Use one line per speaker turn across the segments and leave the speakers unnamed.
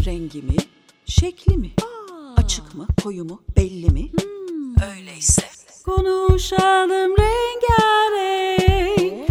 Rengi mi, şekli mi? Açık mı, koyu mu, belli mi? Öyleyse konuşalım rengarenk,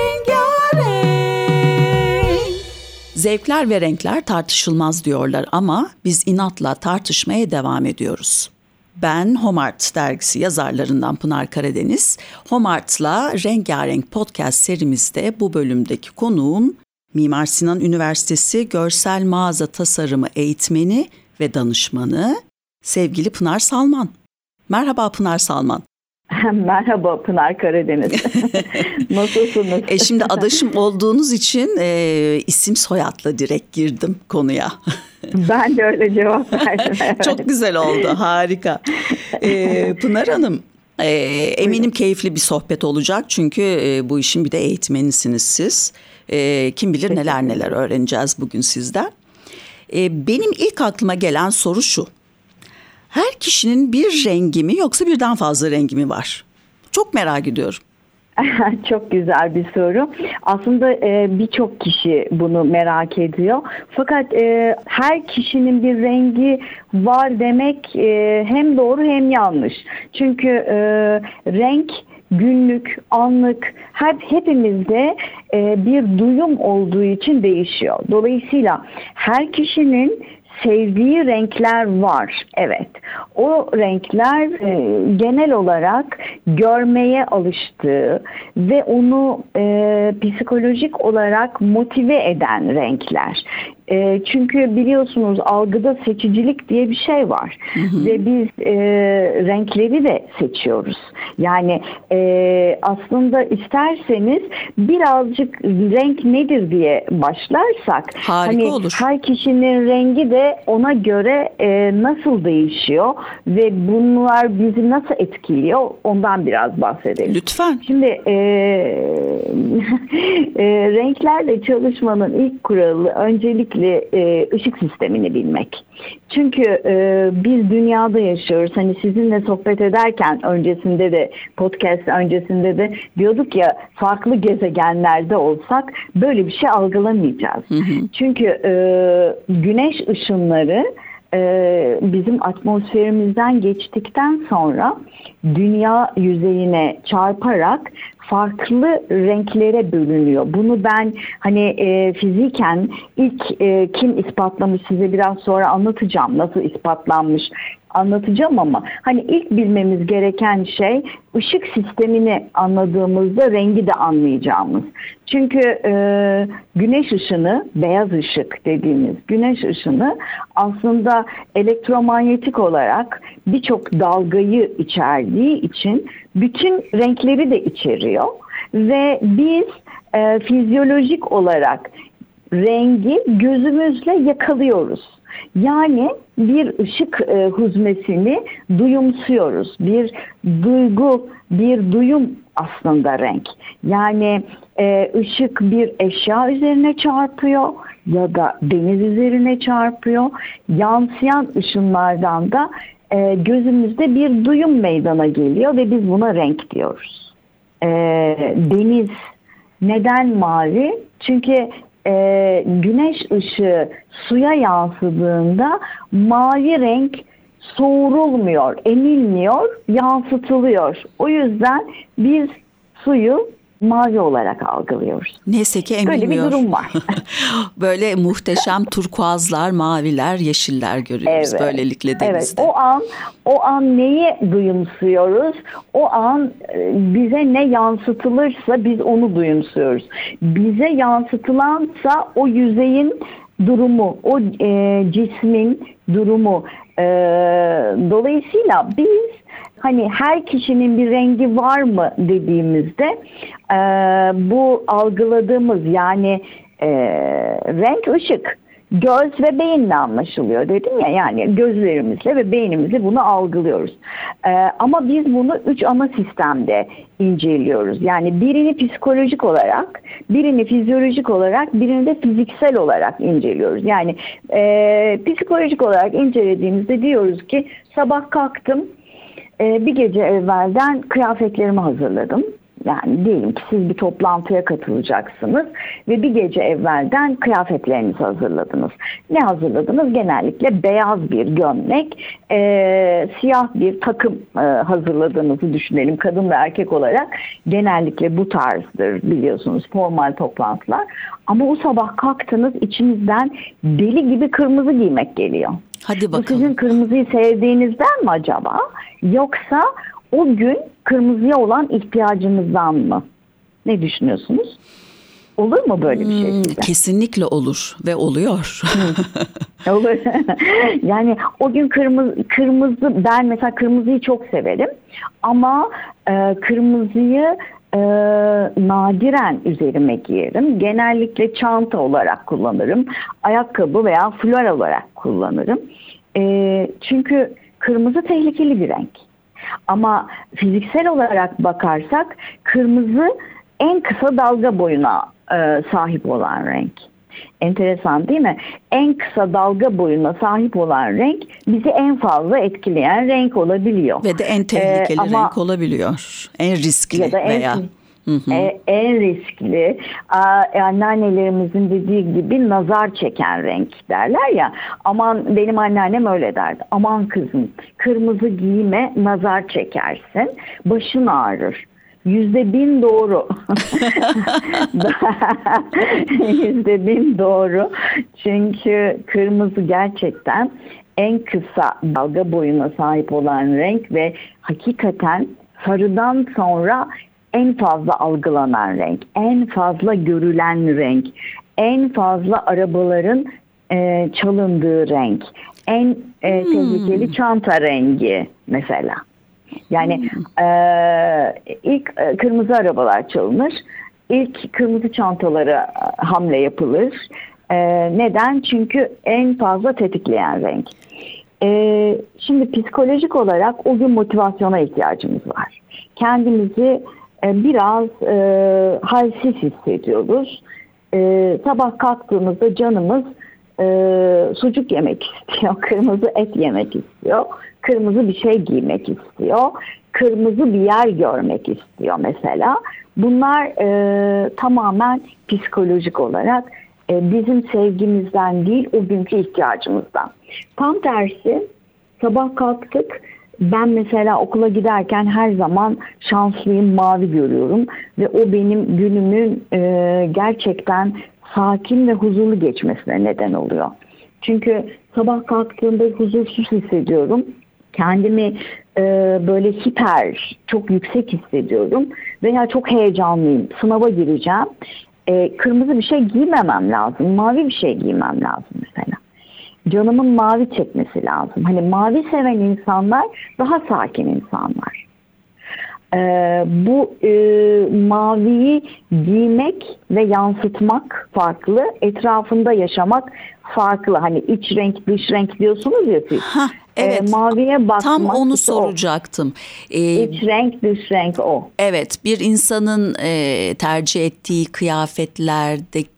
rengarenk. Zevkler ve renkler tartışılmaz diyorlar ama biz inatla tartışmaya devam ediyoruz. Ben Homart dergisi yazarlarından Pınar Karadeniz. Homart'la Rengarenk podcast serimizde bu bölümdeki konuğum Mimar Sinan Üniversitesi Görsel Mağaza Tasarımı eğitmeni ve danışmanı sevgili Pınar Salman. Merhaba Pınar Salman.
Merhaba Pınar Karadeniz. Nasılsınız?
Şimdi adaşım olduğunuz için isim soyadla direkt girdim konuya.
Ben de öyle cevap verdim. Evet.
Çok güzel oldu, harika. Pınar Hanım, eminim keyifli bir sohbet olacak çünkü bu işin bir de eğitmenisiniz siz. Kim bilir neler öğreneceğiz bugün sizden. Benim ilk aklıma gelen soru şu. Her kişinin bir rengi mi yoksa birden fazla rengi mi var? Çok merak ediyorum.
Çok güzel bir soru. Aslında birçok kişi bunu merak ediyor. Fakat her kişinin bir rengi var demek hem doğru hem yanlış. Çünkü renk günlük, anlık hepimizde bir duyum olduğu için değişiyor. Dolayısıyla her kişinin sevdiği renkler var. Evet. O renkler genel olarak görmeye alıştığı ve onu psikolojik olarak motive eden renkler. Çünkü biliyorsunuz algıda seçicilik diye bir şey var. Ve biz renkleri de seçiyoruz. Yani aslında isterseniz birazcık renk nedir diye başlarsak
harika olur.
Her kişinin rengi de ona göre nasıl değişiyor ve bunlar bizi nasıl etkiliyor ondan biraz bahsedelim.
Lütfen.
Şimdi renklerle çalışmanın ilk kuralı öncelikle ışık sistemini bilmek. Çünkü biz dünyada yaşıyoruz. Hani sizinle sohbet ederken öncesinde de podcast öncesinde de diyorduk ya farklı gezegenlerde olsak böyle bir şey algılamayacağız. Çünkü güneş ışınları bizim atmosferimizden geçtikten sonra dünya yüzeyine çarparak farklı renklere bölünüyor. Bunu ben fiziken ilk kim ispatlamış size biraz sonra anlatacağım. Nasıl ispatlanmış anlatacağım ama ilk bilmemiz gereken şey ışık sistemini anladığımızda rengi de anlayacağımız. Çünkü güneş ışını, beyaz ışık dediğimiz güneş ışını aslında elektromanyetik olarak birçok dalgayı içerdiği için bütün renkleri de içeriyor ve biz fizyolojik olarak rengi gözümüzle yakalıyoruz. Yani bir ışık huzmesini duyumsuyoruz. Bir duygu, bir duyum aslında renk. Yani ışık bir eşya üzerine çarpıyor ya da deniz üzerine çarpıyor. Yansıyan ışınlardan da gözümüzde bir duyum meydana geliyor ve biz buna renk diyoruz. Deniz neden mavi? Çünkü güneş ışığı suya yansıdığında mavi renk soğurulmuyor, emilmiyor, yansıtılıyor. O yüzden biz suyu mavi olarak algılıyoruz.
Neyse ki emilmiyor.
Böyle bir durum var.
Böyle muhteşem turkuazlar, maviler, yeşiller görüyoruz böylelikle denizde.
Evet, o an neyi duyumsuyoruz? O an bize ne yansıtılırsa biz onu duyumsuyoruz. Bize yansıtılansa o yüzeyin durumu, o cismin durumu. Dolayısıyla biz her kişinin bir rengi var mı dediğimizde bu algıladığımız renk ışık. Göz ve beyinle anlaşılıyor dedim ya, yani gözlerimizle ve beynimizle bunu algılıyoruz. Ama biz bunu 3 ana sistemde inceliyoruz. Yani birini psikolojik olarak, birini fizyolojik olarak, birini de fiziksel olarak inceliyoruz. Yani psikolojik olarak incelediğimizde diyoruz ki sabah kalktım, bir gece evvelden kıyafetlerimi hazırladım. Yani diyelim ki siz bir toplantıya katılacaksınız ve bir gece evvelden kıyafetlerinizi hazırladınız. Ne hazırladınız? Genellikle beyaz bir gömlek, siyah bir takım hazırladığınızı düşünelim. Kadın ve erkek olarak genellikle bu tarzdır, biliyorsunuz, formal toplantılar. Ama o sabah kalktınız, içinizden deli gibi kırmızı giymek geliyor.
Hadi bakalım.
Bu sizin kırmızıyı sevdiğinizden mi acaba? Yoksa o gün kırmızıya olan ihtiyacınızdan mı? Ne düşünüyorsunuz? Olur mu böyle bir şey size?
Kesinlikle olur ve oluyor.
Olur. Yani o gün kırmızı, ben mesela kırmızıyı çok severim. Ama kırmızıyı nadiren üzerime giyerim. Genellikle çanta olarak kullanırım. Ayakkabı veya fular olarak kullanırım. Çünkü kırmızı tehlikeli bir renk. Ama fiziksel olarak bakarsak kırmızı en kısa dalga boyuna sahip olan renk. Enteresan değil mi? En kısa dalga boyuna sahip olan renk bizi en fazla etkileyen renk olabiliyor.
Ve de en tehlikeli renk olabiliyor. En riskli
ya da
veya...
En riskli, anneannelerimizin dediği gibi nazar çeken renk derler ya. Aman, benim anneannem öyle derdi. Aman kızım, kırmızı giyme, nazar çekersin, başın ağrır. %1000 doğru. %1000 doğru. Çünkü kırmızı gerçekten en kısa dalga boyuna sahip olan renk ve hakikaten sarıdan sonra en fazla algılanan renk, en fazla görülen renk, en fazla arabaların çalındığı renk, en tehlikeli çanta rengi mesela. Yani ilk kırmızı arabalar çalınır, ilk kırmızı çantalara hamle yapılır. Neden? Çünkü en fazla tetikleyen renk. Şimdi psikolojik olarak o gün motivasyona ihtiyacımız var. Kendimizi biraz halsiz hissediyoruz. Sabah kalktığımızda canımız sucuk yemek istiyor, kırmızı et yemek istiyor, kırmızı bir şey giymek istiyor, kırmızı bir yer görmek istiyor mesela. Bunlar tamamen psikolojik olarak bizim sevgimizden değil, o günkü ihtiyacımızdan. Tam tersi, sabah kalktık. Ben mesela okula giderken her zaman şanslıyım, mavi görüyorum ve o benim günümün gerçekten sakin ve huzurlu geçmesine neden oluyor. Çünkü sabah kalktığımda huzursuz hissediyorum. Kendimi böyle hiper, çok yüksek hissediyorum veya çok heyecanlıyım. Sınava gireceğim. Kırmızı bir şey giymemem lazım, mavi bir şey giymem lazım mesela. Canımın mavi çekmesi lazım. Hani mavi seven insanlar daha sakin insanlar. Bu maviyi giymek ve yansıtmak farklı. Etrafında yaşamak farklı. Hani iç renk, dış renk diyorsunuz ya siz.
Evet.
Maviye bakmak.
Tam onu soracaktım.
İç renk, dış renk o.
Evet, bir insanın tercih ettiği kıyafetlerdeki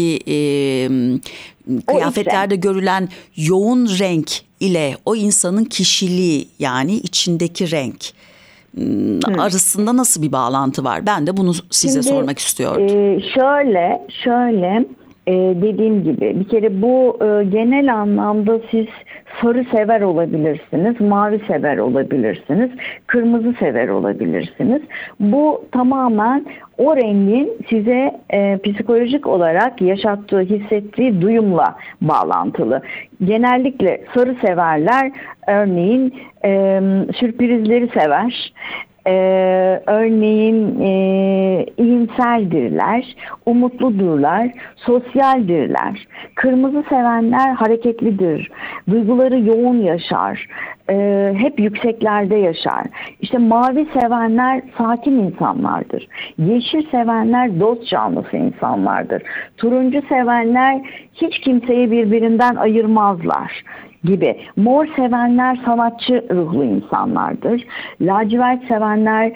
kıyafetlerde görülen yoğun renk ile o insanın kişiliği, yani içindeki renk arasında nasıl bir bağlantı var? Ben de bunu size sormak istiyordum.
Şöyle dediğim gibi, bir kere bu genel anlamda siz sarı sever olabilirsiniz, mavi sever olabilirsiniz, kırmızı sever olabilirsiniz. Bu tamamen o rengin size psikolojik olarak yaşattığı, hissettiği duyumla bağlantılı. Genellikle sarı severler örneğin sürprizleri sever. Örneğin iyimserdirler, umutludurlar, sosyaldirler. Kırmızı sevenler hareketlidir, duyguları yoğun yaşar, hep yükseklerde yaşar. İşte mavi sevenler sakin insanlardır. Yeşil sevenler dost canlısı insanlardır. Turuncu sevenler hiç kimseyi birbirinden ayırmazlar gibi. Mor sevenler sanatçı ruhlu insanlardır. Lacivert sevenler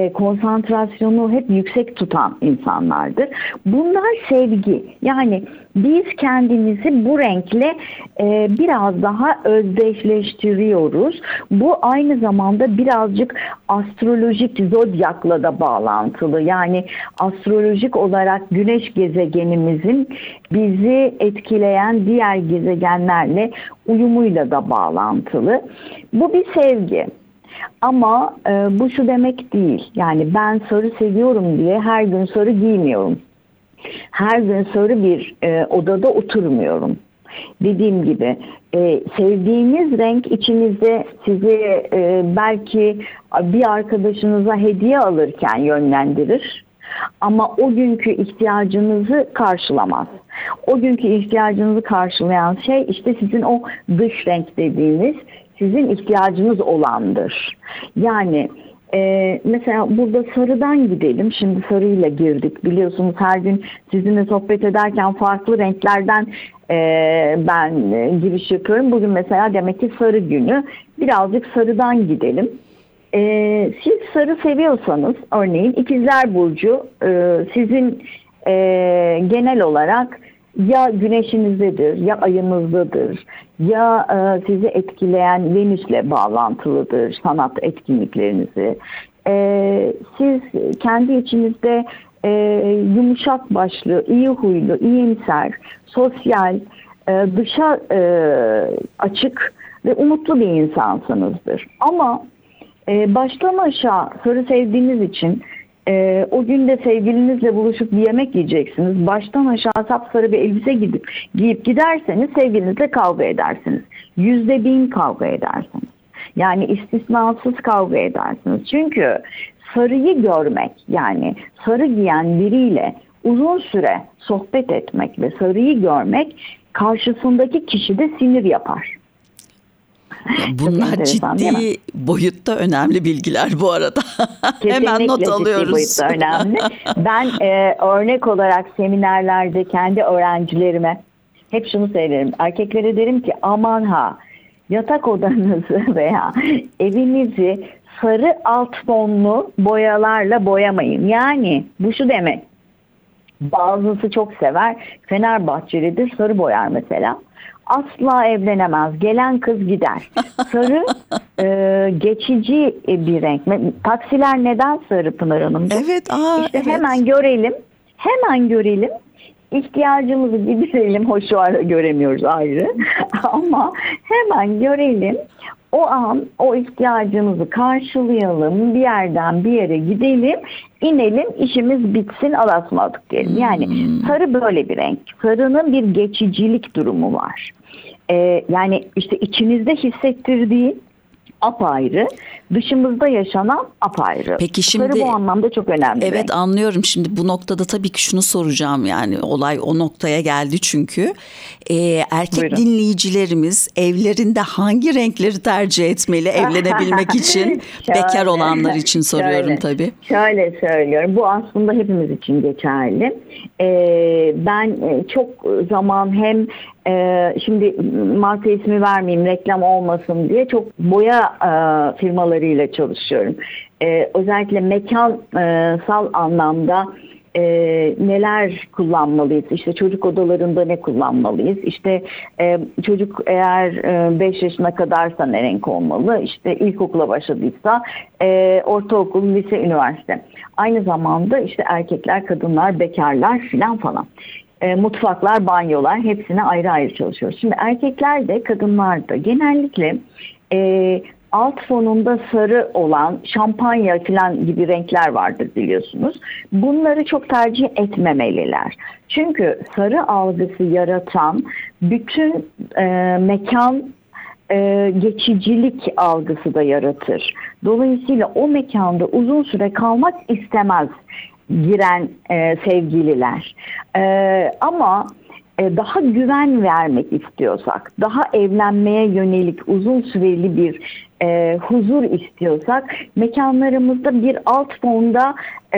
konsantrasyonu hep yüksek tutan insanlardır. Bunlar sevgi. Yani biz kendimizi bu renkle biraz daha özdeşleştiriyoruz. Bu aynı zamanda birazcık astrolojik zodyakla da bağlantılı. Yani astrolojik olarak Güneş gezegenimizin bizi etkileyen diğer gezegenlerle uyumuyla da bağlantılı. Bu bir sevgi. Ama bu şu demek değil. Yani ben sarı seviyorum diye her gün sarı giymiyorum. Her gün sarı bir odada oturmuyorum. Dediğim gibi sevdiğiniz renk içinizde sizi belki bir arkadaşınıza hediye alırken yönlendirir. Ama o günkü ihtiyacınızı karşılamaz. O günkü ihtiyacınızı karşılayan şey işte sizin o dış renk dediğiniz, sizin ihtiyacınız olandır. Yani mesela burada sarıdan gidelim. Şimdi sarıyla girdik. Biliyorsunuz her gün sizinle sohbet ederken farklı renklerden ben giriş yapıyorum. Bugün mesela demek ki sarı günü. Birazcık sarıdan gidelim. Siz sarı seviyorsanız örneğin İkizler Burcu sizin genel olarak ya güneşinizdedir, ya ayınızdadır, ya sizi etkileyen Venüs'le bağlantılıdır, sanat etkinliklerinizi. Siz kendi içinizde yumuşak başlı, iyi huylu, iyimser, sosyal, dışa açık ve umutlu bir insansınızdır. Ama baştan aşağı sarı sevdiğiniz için o gün de sevgilinizle buluşup bir yemek yiyeceksiniz. Baştan aşağı sapsarı bir elbise giyip giderseniz sevgilinizle kavga edersiniz. %1000 kavga edersiniz. Yani istisnasız kavga edersiniz. Çünkü sarıyı görmek, yani sarı giyen biriyle uzun süre sohbet etmek ve sarıyı görmek karşısındaki kişide sinir yapar.
Bunlar ciddi boyutta önemli bilgiler bu arada. Hemen not alıyoruz.
Ciddi boyutta önemli. Ben örnek olarak seminerlerde kendi öğrencilerime hep şunu söylerim. Erkeklere derim ki aman ha, yatak odanızı veya evinizi sarı alt tonlu boyalarla boyamayın. Yani bu şu demek. Bazısı çok sever. Fenerbahçelidir, sarı boyar mesela. Asla evlenemez. Gelen kız gider. Sarı geçici bir renk. Taksiler neden sarı Pınar Hanım?
Evet.
İşte
evet.
Hemen görelim. İhtiyacımızı giderelim. Hoş şu ara göremiyoruz ayrı. Ama hemen görelim. O an o ihtiyacımızı karşılayalım. Bir yerden bir yere gidelim. İnelim, işimiz bitsin, alasmadık diyelim. Yani sarı böyle bir renk. Sarının bir geçicilik durumu var. Yani işte içinizde hissettirdiği apayrı, dışımızda yaşanan apayrı.
Peki şimdi,
sarı bu anlamda çok önemli.
Evet, anlıyorum. Şimdi bu noktada tabii ki şunu soracağım, yani olay o noktaya geldi çünkü. Erkek
Buyurun.
Dinleyicilerimiz evlerinde hangi renkleri tercih etmeli evlenebilmek için? Bekar olanlar için soruyorum tabii.
Şöyle söylüyorum. Bu aslında hepimiz için geçerli. Ben çok zaman hem şimdi marka ismi vermeyeyim, reklam olmasın diye çok boya firmalarıyla çalışıyorum. Özellikle mekansal anlamda neler kullanmalıyız? İşte çocuk odalarında ne kullanmalıyız? İşte çocuk eğer 5 yaşına kadarsa ne renk olmalı? İşte ilkokula başladıysa ortaokul, lise, üniversite. Aynı zamanda işte erkekler, kadınlar, bekarlar falan. Mutfaklar, banyolar, hepsine ayrı ayrı çalışıyoruz. Şimdi erkekler de kadınlar da genellikle alt fonunda sarı olan şampanya falan gibi renkler vardır biliyorsunuz. Bunları çok tercih etmemeliler. Çünkü sarı algısı yaratan bütün mekan geçicilik algısı da yaratır. Dolayısıyla o mekanda uzun süre kalmak istemez giren sevgililer. Ama daha güven vermek istiyorsak, daha evlenmeye yönelik uzun süreli bir huzur istiyorsak, mekanlarımızda bir alt fonda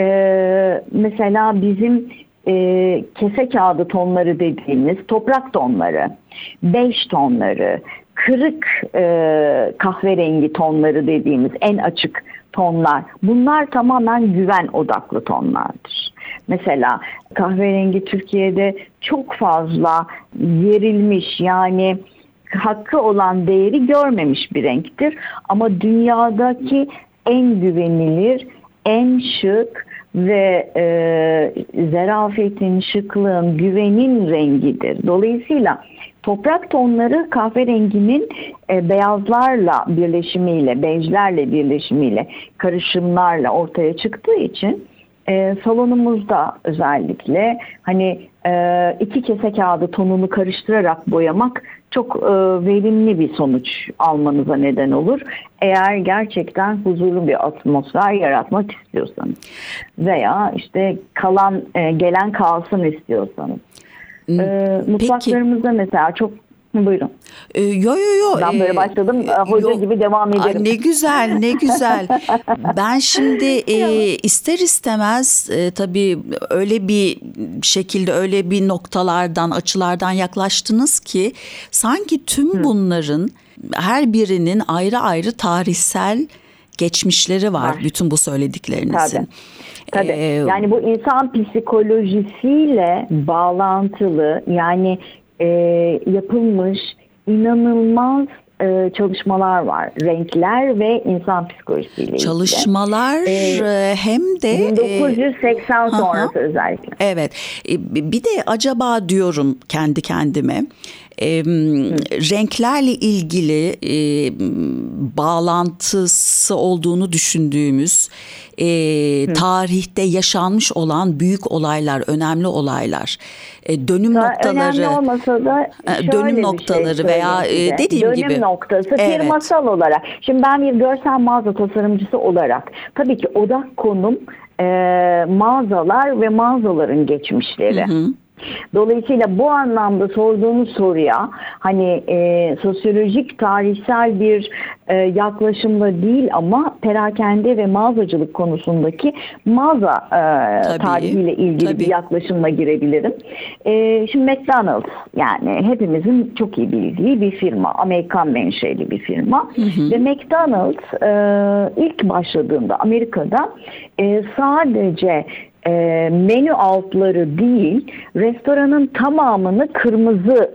mesela bizim kese kağıdı tonları dediğimiz toprak tonları, bej tonları, kırık kahverengi tonları dediğimiz en açık tonlar. Bunlar tamamen güven odaklı tonlardır. Mesela kahverengi Türkiye'de çok fazla yerilmiş, yani hakkı olan değeri görmemiş bir renktir. Ama dünyadaki en güvenilir, en şık ve zarafetin, şıklığın, güvenin rengidir. Dolayısıyla toprak tonları kahverenginin beyazlarla birleşimiyle, bejlerle birleşimiyle, karışımlarla ortaya çıktığı için salonumuzda özellikle hani 2 kese kağıdı tonunu karıştırarak boyamak çok verimli bir sonuç almanıza neden olur. Eğer gerçekten huzurlu bir atmosfer yaratmak istiyorsanız veya işte gelen kalsın istiyorsanız. Mutfaklarımızda mesela çok buyurun.
Yo.
Ben böyle başladım. Hoca gibi devam ederim.
Ne güzel, ne güzel. Ben şimdi ister istemez tabii öyle bir şekilde, öyle bir noktalardan, açılardan yaklaştınız ki sanki tüm bunların her birinin ayrı ayrı tarihsel geçmişleri var. Bütün bu söylediklerinizin.
Tabii. Yani bu insan psikolojisiyle bağlantılı, yani yapılmış inanılmaz çalışmalar var. Renkler ve insan psikolojisiyle ilgili.
Çalışmalar hem de
1980 sonrası özellikle.
Evet. Bir de acaba diyorum kendi kendime, renklerle ilgili bağlantısı olduğunu düşündüğümüz tarihte yaşanmış olan büyük olaylar, önemli olaylar, dönüm noktaları,
önemli olmasa da
dönüm noktaları veya dediğim gibi
dönüm noktası firmasal olarak. Şimdi ben bir görsel mağaza tasarımcısı olarak tabii ki odak konum mağazalar ve mağazaların geçmişleri. Dolayısıyla bu anlamda sorduğunuz soruya hani sosyolojik, tarihsel bir yaklaşımla değil ama perakende ve mağazacılık konusundaki mağaza tarihiyle ilgili bir yaklaşımla girebilirim. Şimdi McDonald's, yani hepimizin çok iyi bildiği bir firma. Amerikan menşeli bir firma. Ve McDonald's ilk başladığında Amerika'da sadece menü altları değil, restoranın tamamını kırmızı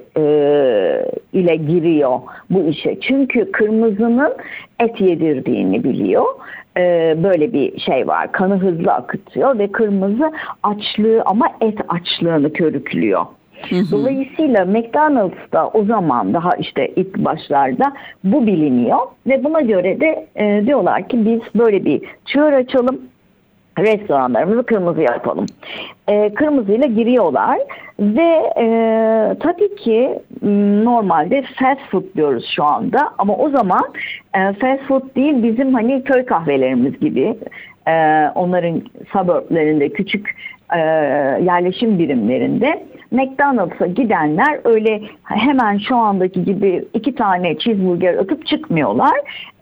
ile giriyor bu işe. Çünkü kırmızının et yedirdiğini biliyor. Böyle bir şey var. Kanı hızlı akıtıyor ve kırmızı açlığı, ama et açlığını körüklüyor. Dolayısıyla McDonald's'ta o zaman daha işte ilk başlarda bu biliniyor ve buna göre de diyorlar ki biz böyle bir çığır açalım. Restoranlarımızı kırmızı yapalım. Kırmızıyla giriyorlar ve tabii ki normalde fast food diyoruz şu anda, ama o zaman fast food değil, bizim hani köy kahvelerimiz gibi onların suburblerinde, küçük yerleşim birimlerinde McDonald's'a gidenler öyle hemen şu andaki gibi 2 tane cheeseburger atıp çıkmıyorlar.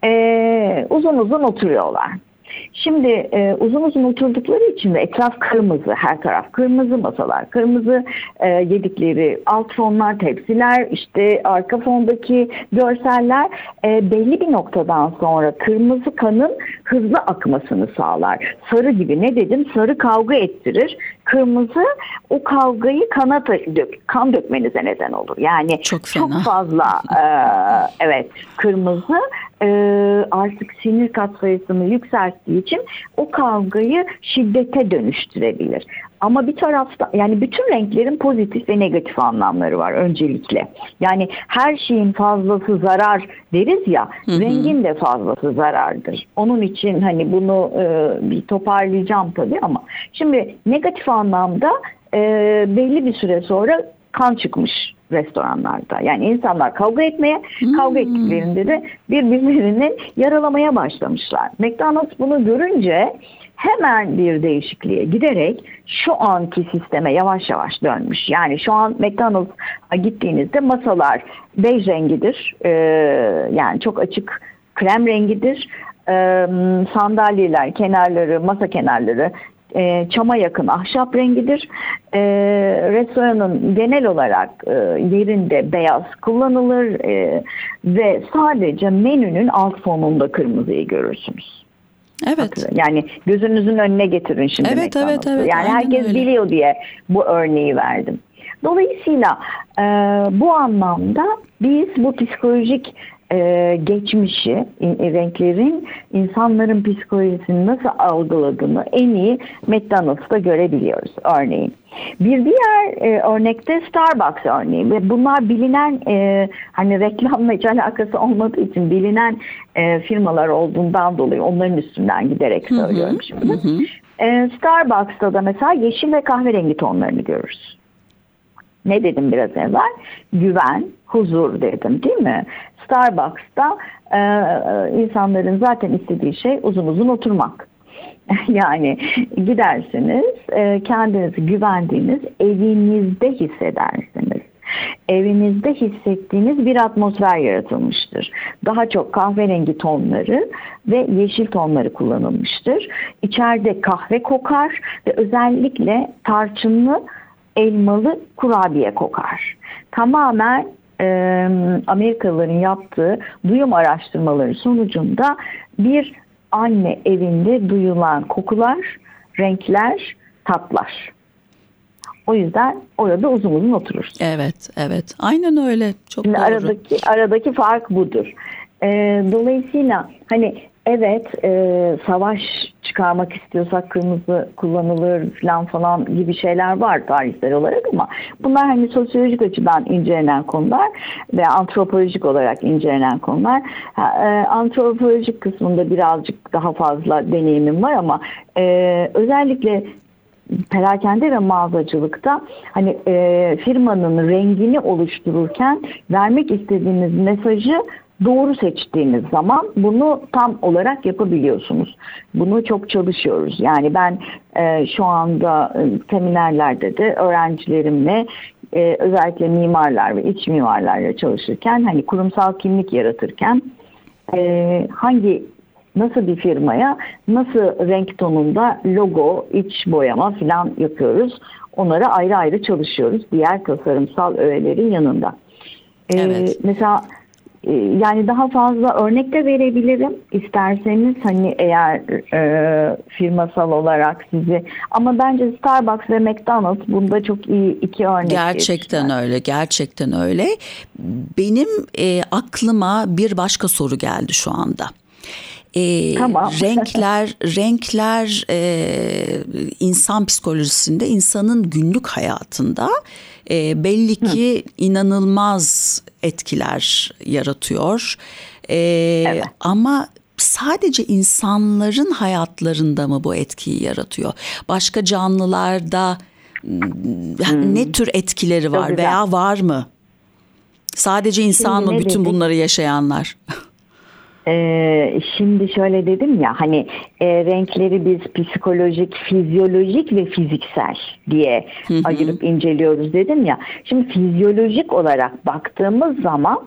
Uzun uzun oturuyorlar. Şimdi uzun uzun oturdukları için de etraf kırmızı, her taraf kırmızı, masalar kırmızı, yedikleri alt fonlar, tepsiler, işte arka fondaki görseller belli bir noktadan sonra kırmızı kanın hızlı akmasını sağlar. Sarı gibi, ne dedim, sarı kavga ettirir. Kırmızı o kavgayı kan dökmenize neden olur. Yani çok fazla evet, kırmızı artık sinir katsayısını yükselttiği için o kavgayı şiddete dönüştürebilir. Ama bir tarafta, yani bütün renklerin pozitif ve negatif anlamları var öncelikle. Yani her şeyin fazlası zarar deriz ya, rengin de fazlası zarardır. Onun için hani bunu bir toparlayacağım tabii, ama şimdi negatif anlamda belli bir süre sonra kan çıkmış restoranlarda. Yani insanlar kavga ettiklerinde de birbirlerini yaralamaya başlamışlar. McDonald's bunu görünce hemen bir değişikliğe giderek şu anki sisteme yavaş yavaş dönmüş. Yani şu an McDonald's'a gittiğinizde masalar bej rengidir. Yani çok açık krem rengidir. Sandalyeler, kenarları, masa kenarları çama yakın ahşap rengidir. Restoranın genel olarak yerinde beyaz kullanılır ve sadece menünün alt fonunda kırmızıyı görürsünüz.
Evet.
Yani gözünüzün önüne getirin şimdi.
Evet.
Yani
Aynen
herkes
öyle.
biliyor diye bu örneği verdim. Dolayısıyla bu anlamda biz bu psikolojik geçmişi, renklerin insanların psikolojisini nasıl algıladığını en iyi McDonald's'ta görebiliyoruz örneğin. Bir diğer örnekte Starbucks örneği ve bunlar bilinen hani reklamla hiç alakası olmadığı için bilinen firmalar olduğundan dolayı onların üstünden giderek söylüyorum şimdi. Starbucks'ta da mesela yeşil ve kahverengi tonlarını görürüz. Ne dedim biraz evvel? Güven, huzur dedim değil mi? Starbucks'ta insanların zaten istediği şey uzun uzun oturmak. Yani gidersiniz, kendinizi güvendiğiniz evinizde hissedersiniz. Evinizde hissettiğiniz bir atmosfer yaratılmıştır. Daha çok kahverengi tonları ve yeşil tonları kullanılmıştır. İçeride kahve kokar ve özellikle tarçınlı, elmalı kurabiye kokar. Tamamen Amerikalıların yaptığı duyum araştırmaları sonucunda bir anne evinde duyulan kokular, renkler, tatlar. O yüzden orada uzun uzun otururuz.
Evet. Aynen öyle. Çok
şimdi
doğru.
Aradaki fark budur. Dolayısıyla hani evet savaş çıkarmak istiyorsak kırmızı kullanılır falan gibi şeyler var tarihsel olarak ama bunlar hani sosyolojik açıdan incelenen konular ve antropolojik olarak incelenen konular. Antropolojik kısmında birazcık daha fazla deneyimim var ama özellikle perakende ve mağazacılıkta hani firmanın rengini oluştururken vermek istediğiniz mesajı doğru seçtiğiniz zaman bunu tam olarak yapabiliyorsunuz. Bunu çok çalışıyoruz. Yani ben şu anda seminerlerde de öğrencilerimle özellikle mimarlar ve iç mimarlarla çalışırken hani kurumsal kimlik yaratırken nasıl bir firmaya nasıl renk tonunda logo, iç boyama falan yapıyoruz. Onlara ayrı ayrı çalışıyoruz. Diğer tasarımsal öğelerin yanında.
Evet.
Mesela yani daha fazla örnek de verebilirim isterseniz hani eğer firmasal olarak sizi ama bence Starbucks ve McDonald's bunda çok iyi iki örnek.
Gerçekten öyle. Benim aklıma bir başka soru geldi şu anda.
Tamam.
renkler insan psikolojisinde, insanın günlük hayatında belli ki inanılmaz etkiler yaratıyor.
Evet.
Ama sadece insanların hayatlarında mı bu etkiyi yaratıyor? Başka canlılarda ne tür etkileri var veya var mı? Sadece insan mı bütün bunları yaşayanlar?
Şimdi şöyle dedim ya hani renkleri biz psikolojik, fizyolojik ve fiziksel diye ayırıp inceliyoruz dedim ya. Şimdi fizyolojik olarak baktığımız zaman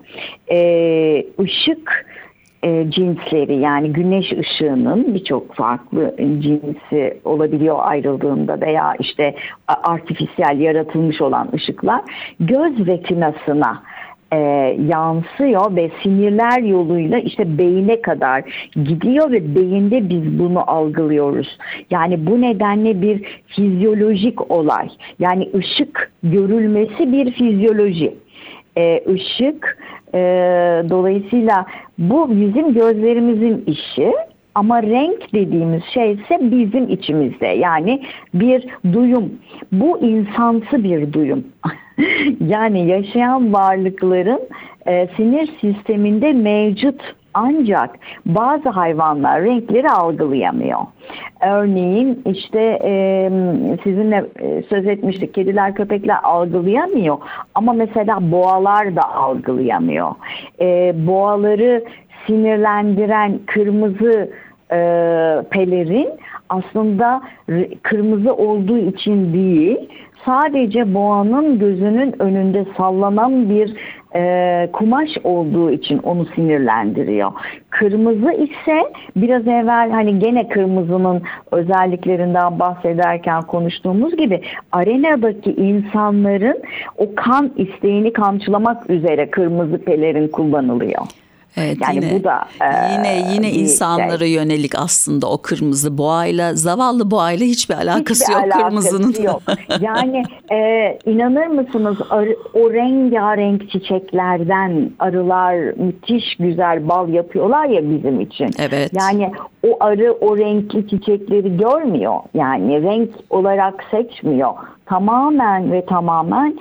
ışık cinsleri yani güneş ışığının birçok farklı cinsi olabiliyor ayrıldığında veya işte artifisiyel yaratılmış olan ışıklar göz retinasına yansıyor ve sinirler yoluyla işte beyine kadar gidiyor ve beyinde biz bunu algılıyoruz. Yani bu nedenle bir fizyolojik olay. Yani ışık görülmesi bir fizyoloji. Işık dolayısıyla bu bizim gözlerimizin işi. Ama renk dediğimiz şey ise bizim içimizde. Yani bir duyum. Bu insansı bir duyum. Yani yaşayan varlıkların sinir sisteminde mevcut ancak bazı hayvanlar renkleri algılayamıyor. Örneğin işte sizinle söz etmiştik, kediler köpekler algılayamıyor ama mesela boğalar da algılayamıyor. Boğaları sinirlendiren kırmızı pelerin aslında kırmızı olduğu için değil, sadece boğanın gözünün önünde sallanan bir kumaş olduğu için onu sinirlendiriyor. Kırmızı ise biraz evvel hani gene kırmızının özelliklerinden bahsederken konuştuğumuz gibi arenadaki insanların o kan isteğini kamçılamak üzere kırmızı pelerin kullanılıyor.
Evet,
Yani
yine,
bu da
yine
bir
insanlara yönelik aslında o kırmızı boğayla, zavallı boğayla hiçbir alakası
hiçbir
yok
alakası
kırmızının.
yok. Yani inanır mısınız, o rengarenk çiçeklerden arılar müthiş güzel bal yapıyorlar ya bizim için.
Evet.
Yani o arı o renkli çiçekleri görmüyor. Yani renk olarak seçmiyor. Tamamen ve tamamen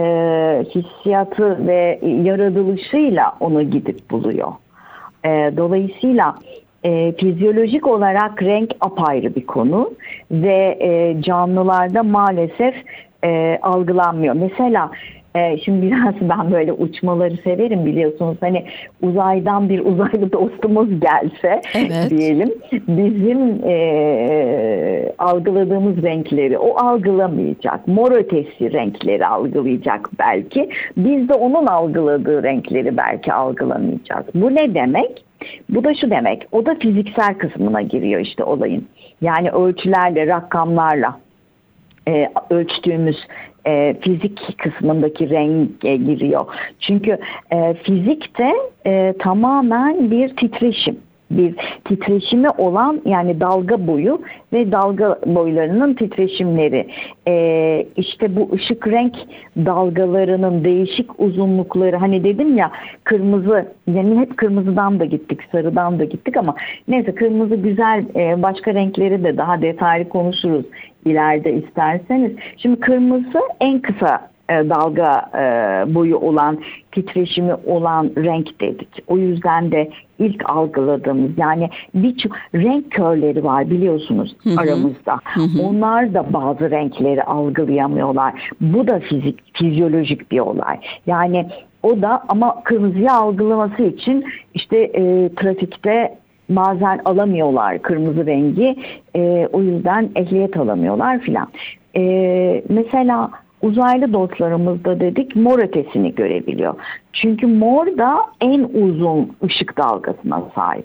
hissiyatı ve yaratılışıyla onu gidip buluyor. Dolayısıyla fizyolojik olarak renk apayrı bir konu ve canlılarda maalesef algılanmıyor. Mesela şimdi biraz ben böyle uçmaları severim, biliyorsunuz. Hani uzaydan bir uzaylı dostumuz gelse,
Evet.
diyelim, bizim algıladığımız renkleri o algılamayacak. Mor ötesi renkleri algılayacak belki. Biz de onun algıladığı renkleri belki algılamayacağız. Bu ne demek? Bu da şu demek, o da fiziksel kısmına giriyor işte olayın. Yani ölçülerle, rakamlarla ölçtüğümüz fizik kısmındaki renge giriyor. Çünkü fizikte tamamen bir titreşim. Bir titreşimi olan, yani dalga boyu ve dalga boylarının titreşimleri. İşte bu ışık renk dalgalarının değişik uzunlukları, hani dedim ya kırmızı, yani hep kırmızıdan da gittik, sarıdan da gittik ama neyse, kırmızı güzel, başka renkleri de daha detaylı konuşuruz ileride isterseniz. Şimdi kırmızı en kısa dalga boyu olan, titreşimi olan renk dedik. O yüzden de ilk algıladığımız, yani birçok renk körleri var biliyorsunuz aramızda. Onlar da bazı renkleri algılayamıyorlar. Bu da fizyolojik bir olay. Yani o da, ama kırmızıyı algılaması için işte trafikte bazen alamıyorlar kırmızı rengi. O yüzden ehliyet alamıyorlar filan. Mesela uzaylı dostlarımız da dedik mor ötesini görebiliyor. Çünkü mor da en uzun ışık dalgasına sahip.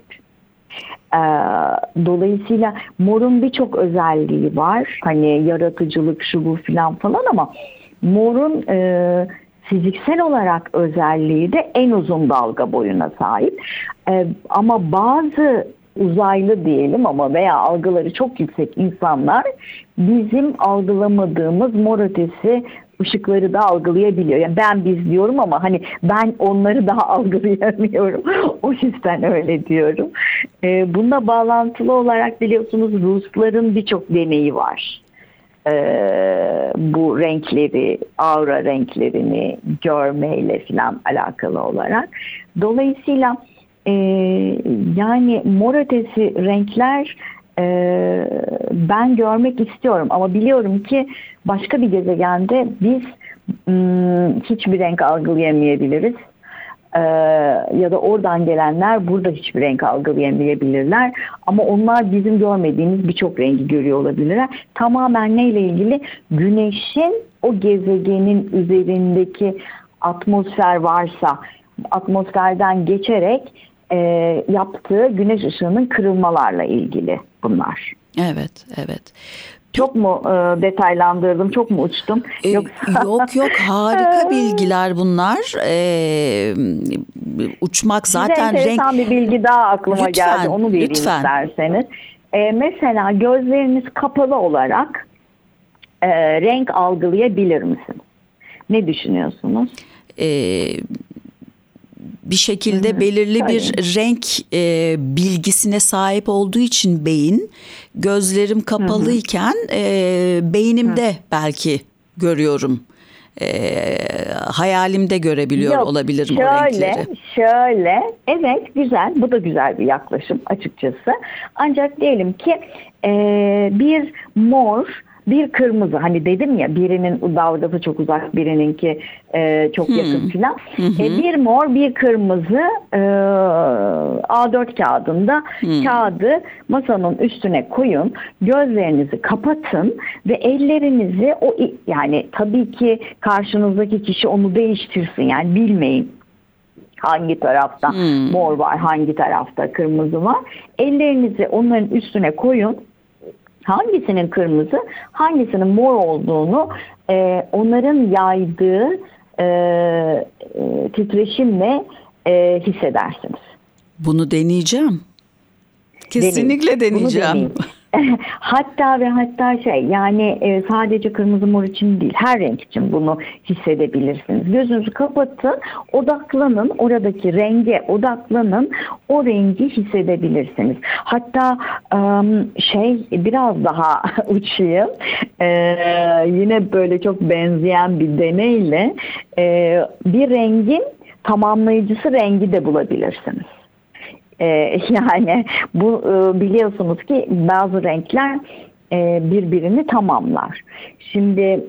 Dolayısıyla morun birçok özelliği var. Hani yaratıcılık, şu bu filan falan, ama morun fiziksel olarak özelliği de en uzun dalga boyuna sahip. Ama bazı uzaylı diyelim ama veya algıları çok yüksek insanlar bizim algılamadığımız mor ötesi ışıkları da algılayabiliyor. Yani biz diyorum ama hani ben onları daha algılayamıyorum. O yüzden öyle diyorum. Bununla bağlantılı olarak biliyorsunuz Rusların birçok deneyi var. Bu renkleri, aura renklerini görmeyle falan alakalı olarak. Dolayısıyla yani mor ötesi renkler ben görmek istiyorum ama biliyorum ki başka bir gezegende biz hiçbir renk algılayamayabiliriz. Ya da oradan gelenler burada hiçbir renk algılayamayabilirler. Ama onlar bizim görmediğimiz birçok rengi görüyor olabilirler. Tamamen neyle ilgili? Güneşin o gezegenin üzerindeki atmosfer varsa, atmosferden geçerek yaptığı güneş ışığının kırılmalarla ilgili bunlar.
Evet, evet.
Çok mu detaylandırdım, çok mu uçtum?
Yok harika bilgiler bunlar. Uçmak zaten
size enteresan bir bilgi daha aklıma geldi. Onu vereyim isterseniz. Mesela gözleriniz kapalı olarak renk algılayabilir misiniz? Ne düşünüyorsunuz?
Bir şekilde belirli bir renk bilgisine sahip olduğu için beyin, gözlerim kapalıyken beynimde belki görüyorum. Hayalimde görebiliyor olabilirim o renkleri.
Evet, güzel, bu da güzel bir yaklaşım açıkçası. Ancak diyelim ki bir mor, bir kırmızı, hani dedim ya birinin dalgası çok uzak, birininki çok yakın filan. Bir mor, bir kırmızı A4 kağıdında kağıdı masanın üstüne koyun, gözlerinizi kapatın ve ellerinizi yani tabii ki karşınızdaki kişi onu değiştirsin, yani bilmeyin hangi tarafta mor var, hangi tarafta kırmızı var. Ellerinizi onların üstüne koyun. Hangisinin kırmızı, hangisinin mor olduğunu onların yaydığı titreşimle hissedersiniz.
Bunu deneyeceğim. Kesinlikle deneyeceğim.
Hatta yani sadece kırmızı mor için değil, her renk için bunu hissedebilirsiniz. Gözünüzü kapatın, odaklanın, oradaki renge odaklanın, o rengi hissedebilirsiniz. Hatta biraz daha uçayım, yine böyle çok benzeyen bir deneyle bir rengin tamamlayıcısı rengi de bulabilirsiniz. Yani bu biliyorsunuz ki bazı renkler birbirini tamamlar. Şimdi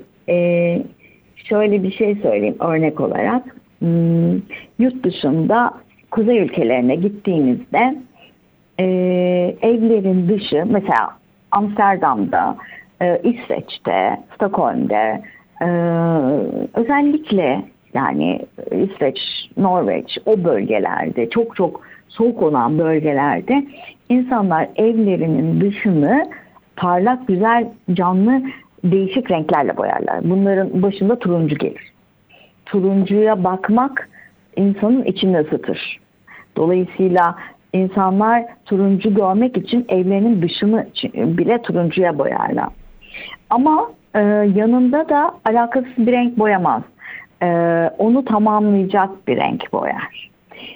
şöyle bir şey söyleyeyim örnek olarak. Yurt dışında kuzey ülkelerine gittiğinizde evlerin dışı, mesela Amsterdam'da, İsveç'te, Stockholm'de, özellikle yani İsveç, Norveç, o bölgelerde, çok çok soğuk olan bölgelerde insanlar evlerinin dışını parlak, güzel, canlı, değişik renklerle boyarlar. Bunların başında turuncu gelir. Turuncuya bakmak insanın içini ısıtır. Dolayısıyla insanlar turuncu görmek için evlerinin dışını bile turuncuya boyarlar. Ama yanında da alakasız bir renk boyamaz. Onu tamamlayacak bir renk boyar.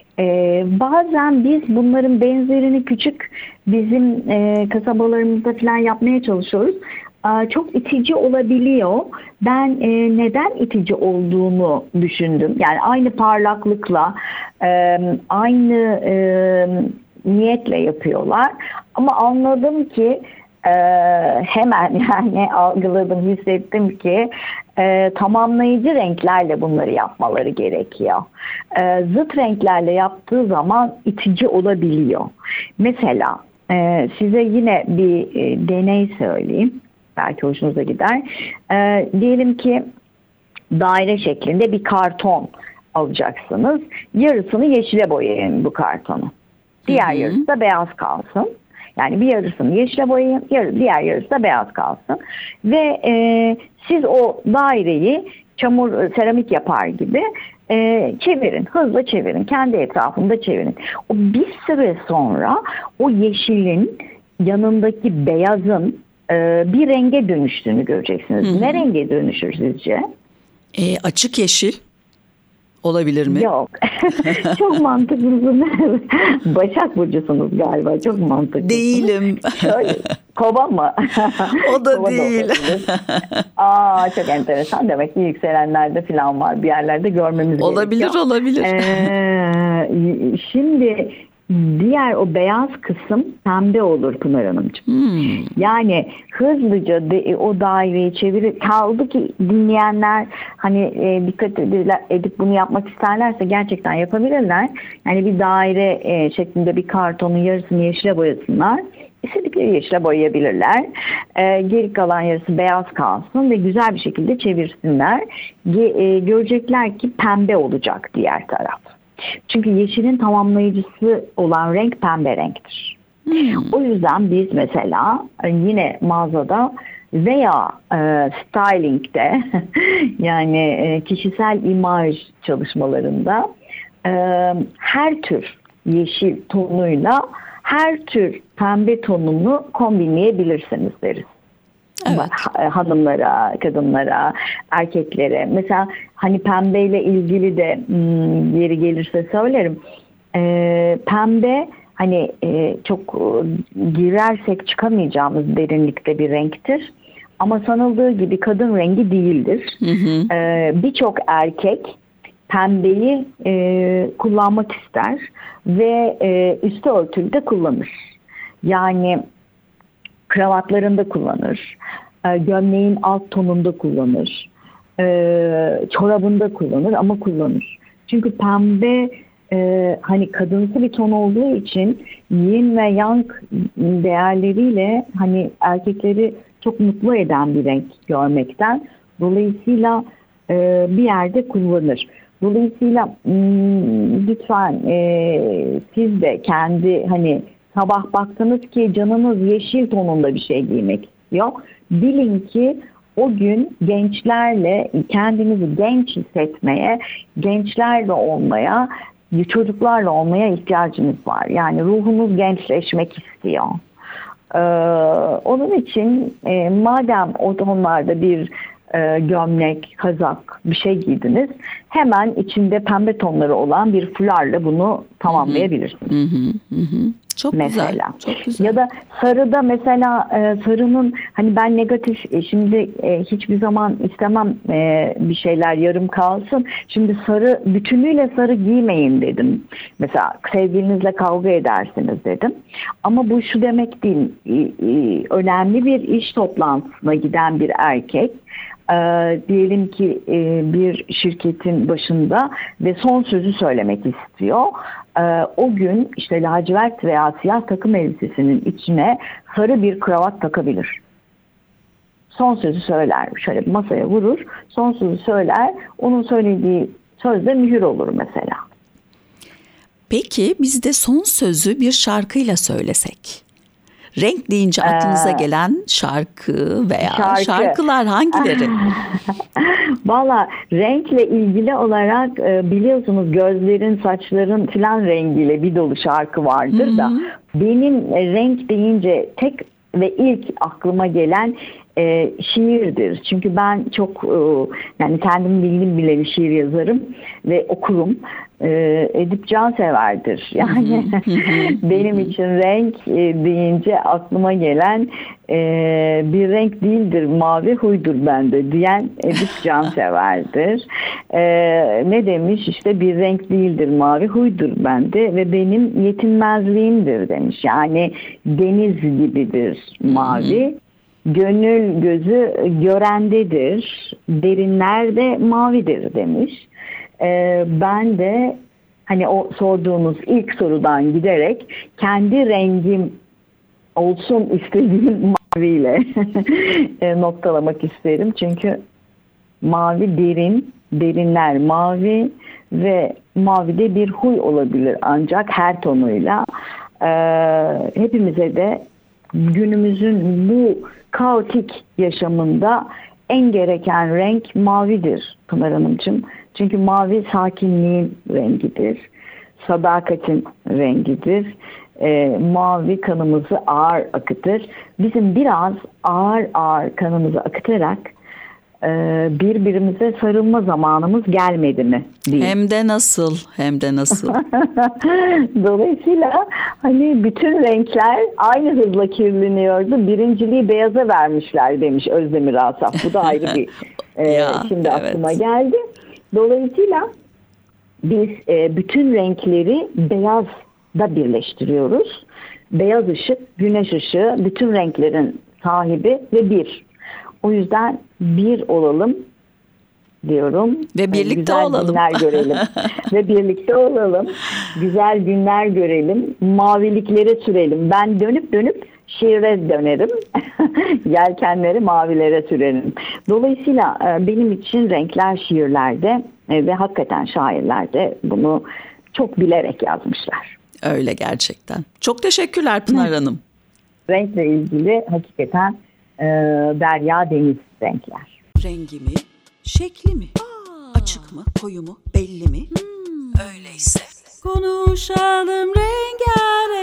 Bazen biz bunların benzerini küçük bizim kasabalarımızda falan yapmaya çalışıyoruz. Çok itici olabiliyor. Ben neden itici olduğunu düşündüm. Yani aynı parlaklıkla, aynı niyetle yapıyorlar. Ama anladım ki hemen yani algıladım, hissettim ki tamamlayıcı renklerle bunları yapmaları gerekiyor. Zıt renklerle yaptığı zaman itici olabiliyor. Mesela size yine bir deney söyleyeyim. Belki hoşunuza gider. Diyelim ki daire şeklinde bir karton alacaksınız. Yarısını yeşile boyayın bu kartonu. Diğer yarısı da beyaz kalsın. Yani bir yarısını yeşile boyayın, diğer yarısı da beyaz kalsın. Ve siz o daireyi seramik yapar gibi çevirin, hızla çevirin, kendi etrafında çevirin. O bir süre sonra o yeşilin yanındaki beyazın bir renge dönüştüğünü göreceksiniz. Ne renge dönüşür sizce?
Açık yeşil. Olabilir mi?
Yok. Çok mantıklısınız. Başak Burcu'sunuz galiba. Çok mantıklı.
Değilim.
Şöyle, Kova mı?
O da değil.
Çok enteresan. Demek ki yükselenlerde falan var. Bir yerlerde görmemiz
gerekiyor. Olabilir.
Şimdi diğer o beyaz kısım pembe olur Pınar Hanımcığım. Yani hızlıca o daireyi çevirir. Kaldı ki dinleyenler hani dikkat edip bunu yapmak isterlerse gerçekten yapabilirler. Yani bir daire şeklinde bir kartonun yarısını yeşile boyasınlar. İstedikleri yeşile boyayabilirler. Geri kalan yarısı beyaz kalsın ve güzel bir şekilde çevirsinler. Görecekler ki pembe olacak diğer taraf. Çünkü yeşilin tamamlayıcısı olan renk pembe renktir. O yüzden biz mesela yine mağazada veya styling'de yani kişisel imaj çalışmalarında her tür yeşil tonuyla her tür pembe tonunu kombinleyebilirsiniz deriz. Evet. Hanımlara, kadınlara, erkeklere. Mesela hani pembeyle ilgili de yeri gelirse söylerim. Pembe hani çok girersek çıkamayacağımız derinlikte bir renktir. Ama sanıldığı gibi kadın rengi değildir. Birçok erkek pembeyi kullanmak ister ve üstü örtülü de kullanır. Yani kravatlarında kullanır, gömleğin alt tonunda kullanır, çorabında kullanır ama kullanır. Çünkü pembe hani kadınsı bir ton olduğu için yin ve yang değerleriyle hani erkekleri çok mutlu eden bir renk görmekten. Dolayısıyla bir yerde kullanır. Dolayısıyla lütfen siz de kendi hani sabah baktınız ki canınız yeşil tonunda bir şey giymek istiyor. Bilin ki o gün gençlerle kendinizi genç hissetmeye, gençlerle olmaya çocuklarla olmaya ihtiyacınız var. Yani ruhunuz gençleşmek istiyor. Onun için madem o tonlarda bir gömlek, kazak bir şey giydiniz, hemen içinde pembe tonları olan bir fularla bunu tamamlayabilirsiniz.
Çok
mesela.
Güzel, çok güzel.
Ya da sarıda mesela sarının hani ben negatif şimdi hiçbir zaman istemem bir şeyler yarım kalsın. Şimdi sarı bütünüyle sarı giymeyin dedim. Mesela sevgilinizle kavga edersiniz dedim. Ama bu şu demek değil. Önemli bir iş toplantısına giden bir erkek diyelim ki bir şirketin başında ve son sözü söylemek istiyor. O gün işte lacivert veya siyah takım elbisesinin içine sarı bir kravat takabilir. Son sözü söyler. Şöyle masaya vurur. Son sözü söyler. Onun söylediği sözde mühür olur mesela.
Peki biz de son sözü bir şarkıyla söylesek? Renk deyince aklınıza gelen şarkı veya şarkılar hangileri?
Valla renkle ilgili olarak biliyorsunuz gözlerin, saçların filan rengiyle bir dolu şarkı vardır da benim renk deyince tek ve ilk aklıma gelen şiirdir. Çünkü ben çok yani kendim bildim bileli şiir yazarım ve okurum. Edip Cansever'dir. Yani benim için renk deyince aklıma gelen bir renk değildir, mavi huydur bende diyen Edip Cansever'dir. Ne demiş? İşte bir renk değildir, mavi huydur bende ve benim yetinmezliğimdir demiş. Yani deniz gibidir mavi. Gönül gözü görendedir, derinlerde mavidir demiş. Ben de hani o sorduğunuz ilk sorudan giderek kendi rengim olsun istediğim maviyle noktalamak isterim. Çünkü mavi derin, derinler mavi ve mavide bir huy olabilir ancak her tonuyla. Hepimize de günümüzün bu kaotik yaşamında en gereken renk mavidir Pınar Hanımcığım. Çünkü mavi sakinliğin rengidir, sadakatin rengidir. Mavi kanımızı ağır akıtır. Bizim biraz ağır ağır kanımızı akıtarak birbirimize sarılma zamanımız gelmedi mi diye.
Hem de nasıl, hem de nasıl.
Dolayısıyla hani bütün renkler aynı hızla kirleniyordu. Birinciliği beyaza vermişler demiş Özdemir Asaf. Bu da ayrı bir şimdi aklıma geldi. Dolayısıyla biz bütün renkleri beyazda birleştiriyoruz. Beyaz ışık, güneş ışığı bütün renklerin sahibi ve bir. O yüzden bir olalım diyorum.
Ve birlikte
güzel
olalım.
Günler görelim. Ve birlikte olalım. Güzel günler görelim. Maviliklere sürelim. Ben dönüp dönüp şiire dönerim. Yelkenleri mavilere sürerim. Dolayısıyla benim için renkler şiirlerde ve hakikaten şairler de bunu çok bilerek yazmışlar.
Öyle gerçekten. Çok teşekkürler Pınar Hanım.
Renkle ilgili hakikaten derya deniz renkler.
Rengi mi? Şekli mi? Açık mı? Koyu mu? Belli mi? Öyleyse konuşalım rengarenk.